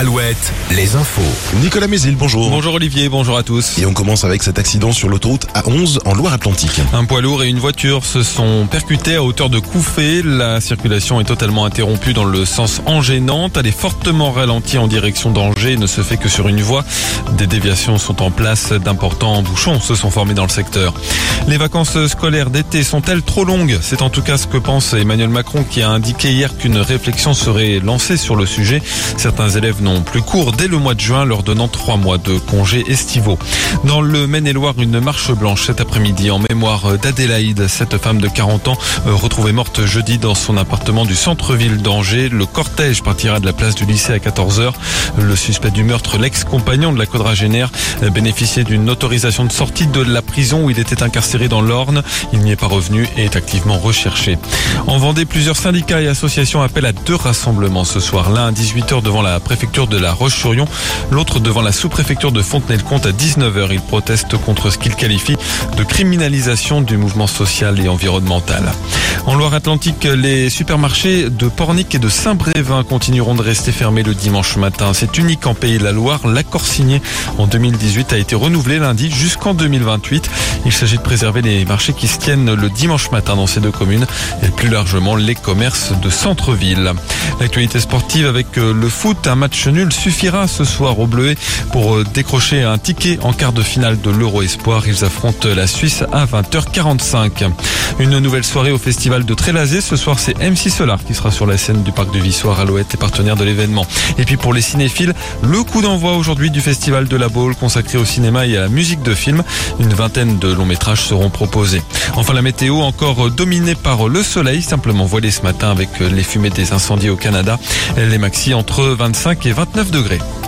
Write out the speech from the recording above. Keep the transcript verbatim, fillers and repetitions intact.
Alouette, les infos. Nicolas Mézil, bonjour. Bonjour Olivier, bonjour à tous. Et on commence avec cet accident sur l'autoroute A onze en Loire-Atlantique. Un poids lourd et une voiture se sont percutés à hauteur de Couffé. La circulation est totalement interrompue dans le sens Angers-Nantes. Elle est fortement ralentie en direction d'Angers et ne se fait que sur une voie. Des déviations sont en place. D'importants bouchons se sont formés dans le secteur. Les vacances scolaires d'été sont-elles trop longues? C'est en tout cas ce que pense Emmanuel Macron, qui a indiqué hier qu'une réflexion serait lancée sur le sujet. Certains élèves n'ont plus cours dès le mois de juin, leur donnant trois mois de congés estivaux. Dans le Maine-et-Loire, une marche blanche cet après-midi en mémoire d'Adélaïde. Cette femme de quarante ans retrouvée morte jeudi dans son appartement du centre-ville d'Angers. Le cortège partira de la place du lycée à quatorze heures. Le suspect du meurtre, l'ex-compagnon de la quadragénaire, bénéficiait d'une autorisation de sortie de la prison où il était incarcéré dans l'Orne. Il n'y est pas revenu et est activement recherché. En Vendée, plusieurs syndicats et associations appellent à deux rassemblements ce soir. L'un à dix-huit heures devant la préfecture de la Roche-sur-Yon, l'autre devant la sous-préfecture de Fontenay-le-Comte à dix-neuf heures. Ils protestent contre ce qu'ils qualifient de criminalisation du mouvement social et environnemental. En Loire-Atlantique, les supermarchés de Pornic et de Saint-Brévin continueront de rester fermés le dimanche matin. C'est unique en Pays de la Loire. L'accord signé en deux mille dix-huit a été renouvelé lundi jusqu'en deux mille vingt-huit. Il s'agit de préserver les marchés qui se tiennent le dimanche matin dans ces deux communes et plus largement les commerces de centre-ville. L'actualité sportive avec le foot, un match nul suffira ce soir aux Bleuets pour décrocher un ticket en quart de finale de l'Euro Espoir. Ils affrontent la Suisse à vingt heures quarante-cinq. Une nouvelle soirée au festival de Trélazé. Ce soir, c'est M C Solar qui sera sur la scène du parc de Vissoire. Alouette est partenaire de l'événement. Et puis pour les cinéphiles, le coup d'envoi aujourd'hui du festival de la Baule consacré au cinéma et à la musique de film. Une vingtaine de longs métrages seront proposés. Enfin, la météo encore dominée par le soleil, simplement voilée ce matin avec les fumées des incendies au Canada. Les maxi entre vingt-cinq et vingt-neuf degrés.